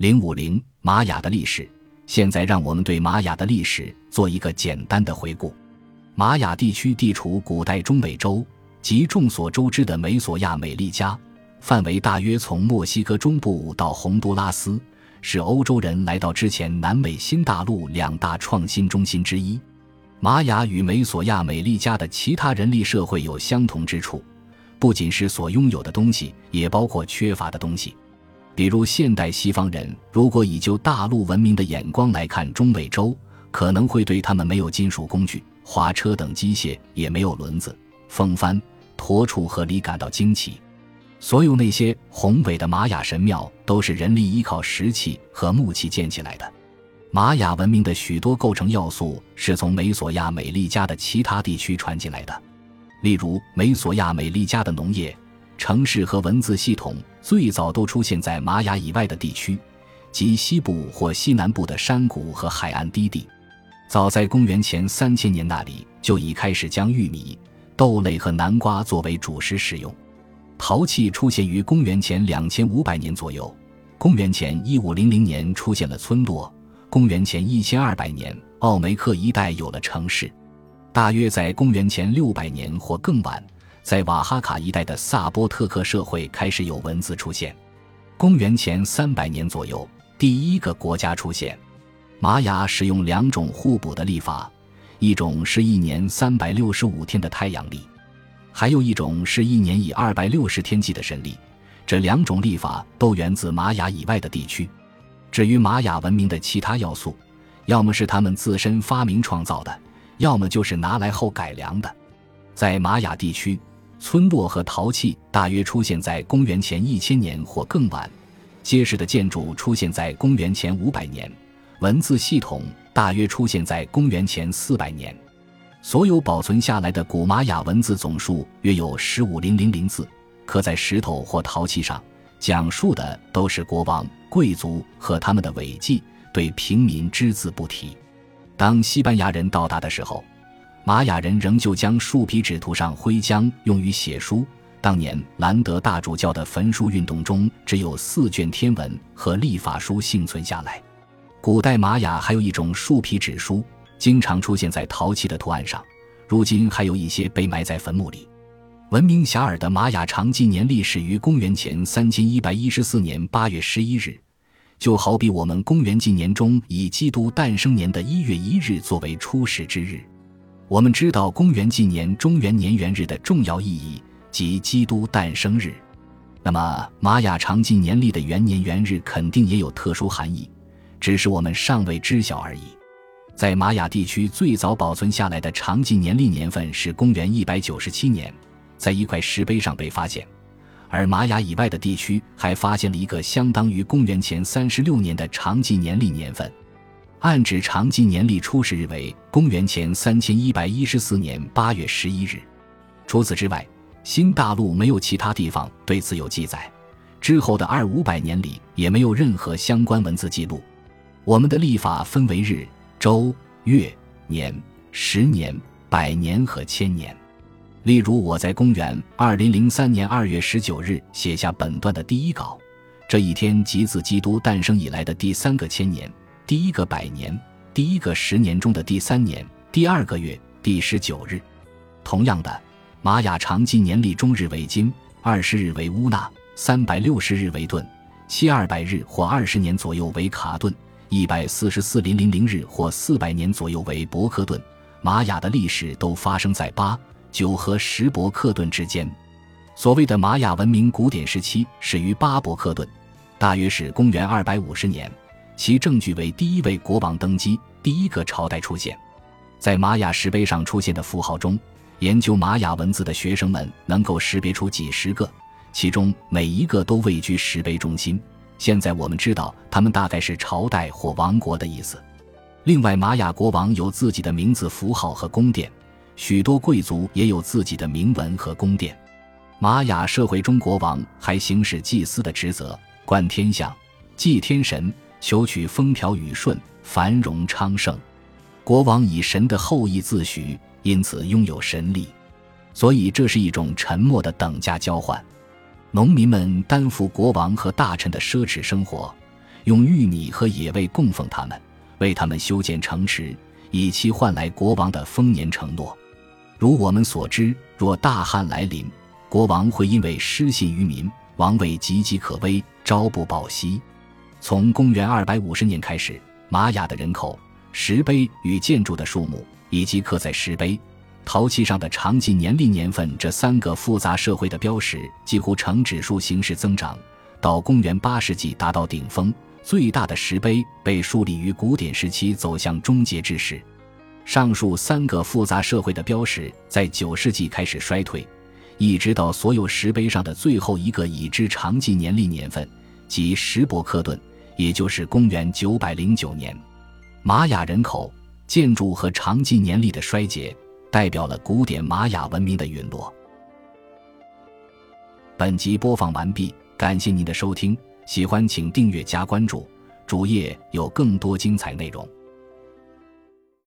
050玛雅的历史。现在让我们对玛雅的历史做一个简单的回顾。玛雅地区地处古代中美洲及众所周知的美索亚美利加，范围大约从墨西哥中部到洪都拉斯，是欧洲人来到之前南美新大陆2大创新中心之一。玛雅与美索亚美利加的其他人力社会有相同之处，不仅是所拥有的东西，也包括缺乏的东西。比如现代西方人如果以就大陆文明的眼光来看中美洲，可能会对他们没有金属工具、滑车等机械，也没有轮子、风帆、驮储和犁感到惊奇。所有那些宏伟的玛雅神庙都是人力依靠石器和木器建起来的。玛雅文明的许多构成要素是从美索亚美利加的其他地区传进来的，例如美索亚美利加的农业、城市和文字系统最早都出现在玛雅以外的地区，即西部或西南部的山谷和海岸低地。早在公元前3000年那里就已开始将玉米、豆类和南瓜作为主食使用。陶器出现于公元前2500年左右，公元前1500年出现了村落，公元前1200年奥梅克一带有了城市，大约在公元前600年或更晚，在瓦哈卡一带的萨波特克社会开始有文字出现。公元前300年左右，第一个国家出现。玛雅使用2种互补的历法，一种是1年365天的太阳历，还有一种是1年以260天计的神历。这2种历法都源自玛雅以外的地区。至于玛雅文明的其他要素，要么是他们自身发明创造的，要么就是拿来后改良的。在玛雅地区，村落和陶器大约出现在公元前1000年或更晚，结实的建筑出现在公元前500年，文字系统大约出现在公元前400年。所有保存下来的古玛雅文字总数约有15000字，刻在石头或陶器上，讲述的都是国王、贵族和他们的伟绩，对平民只字不提。当西班牙人到达的时候，玛雅人仍旧将树皮纸涂上灰浆用于写书。当年兰德大主教的焚书运动中，只有4卷天文和历法书幸存下来。古代玛雅还有一种树皮纸书，经常出现在陶器的图案上，如今还有一些被埋在坟墓里。闻名遐迩的玛雅长纪年历始于公元前3114年8月11日，就好比我们公元纪年中以基督诞生年的1月1日作为初始之日。我们知道公元纪年中元年元日的重要意义，即基督诞生日。那么玛雅长纪年历的元年元日肯定也有特殊含义，只是我们尚未知晓而已。在玛雅地区最早保存下来的长纪年历年份是公元197年，在一块石碑上被发现，而玛雅以外的地区还发现了一个相当于公元前36年的长纪年历年份，暗指长纪年历初始日为公元前3114年8月11日。除此之外，新大陆没有其他地方对此有记载，之后的2500年里也没有任何相关文字记录。我们的历法分为日、周、月、年、10年、100年和1000年。例如我在公元2003年2月19日写下本段的第一稿，这一天即自基督诞生以来的第3个1000年，第1个100年，第1个10年中的第3年，第2个月，第19日。同样的，玛雅长纪年历中日为金，20日为乌纳，360日为顿，700日或20年左右为卡顿，144,000日或400年左右为伯克顿。玛雅的历史都发生在8、9和10伯克顿之间。所谓的玛雅文明古典时期始于8伯克顿，大约是公元250年，其证据为第一位国王登基，第一个朝代出现。在玛雅石碑上出现的符号中，研究玛雅文字的学生们能够识别出几十个，其中每一个都位居石碑中心。现在我们知道他们大概是朝代或王国的意思。另外，玛雅国王有自己的名字符号和宫殿，许多贵族也有自己的铭文和宫殿。玛雅社会中，国王还行使祭司的职责，观天象，祭天神，求取风调雨顺，繁荣昌盛。国王以神的后裔自诩，因此拥有神力，所以这是一种沉默的等价交换。农民们担负国王和大臣的奢侈生活， 用玉米和野味供奉他们，为他们修建城池，以期换来国王的丰年承诺。如我们所知，若大旱来临，国王会因为失信于民，王位岌岌可危，朝不保夕。从公元250年开始，玛雅的人口、石碑与建筑的数目，以及刻在石碑、陶器上的长纪年历年份这三个复杂社会的标识几乎呈指数形式增长，到公元8世纪达到顶峰。最大的石碑被树立于古典时期走向终结之时。上述三个复杂社会的标识在9世纪开始衰退，一直到所有石碑上的最后一个已知长纪年历年份，即什伯克顿，也就是公元909年。玛雅人口、建筑和长纪年历的衰竭代表了古典玛雅文明的陨落。本集播放完毕，感谢您的收听，喜欢请订阅加关注，主页有更多精彩内容。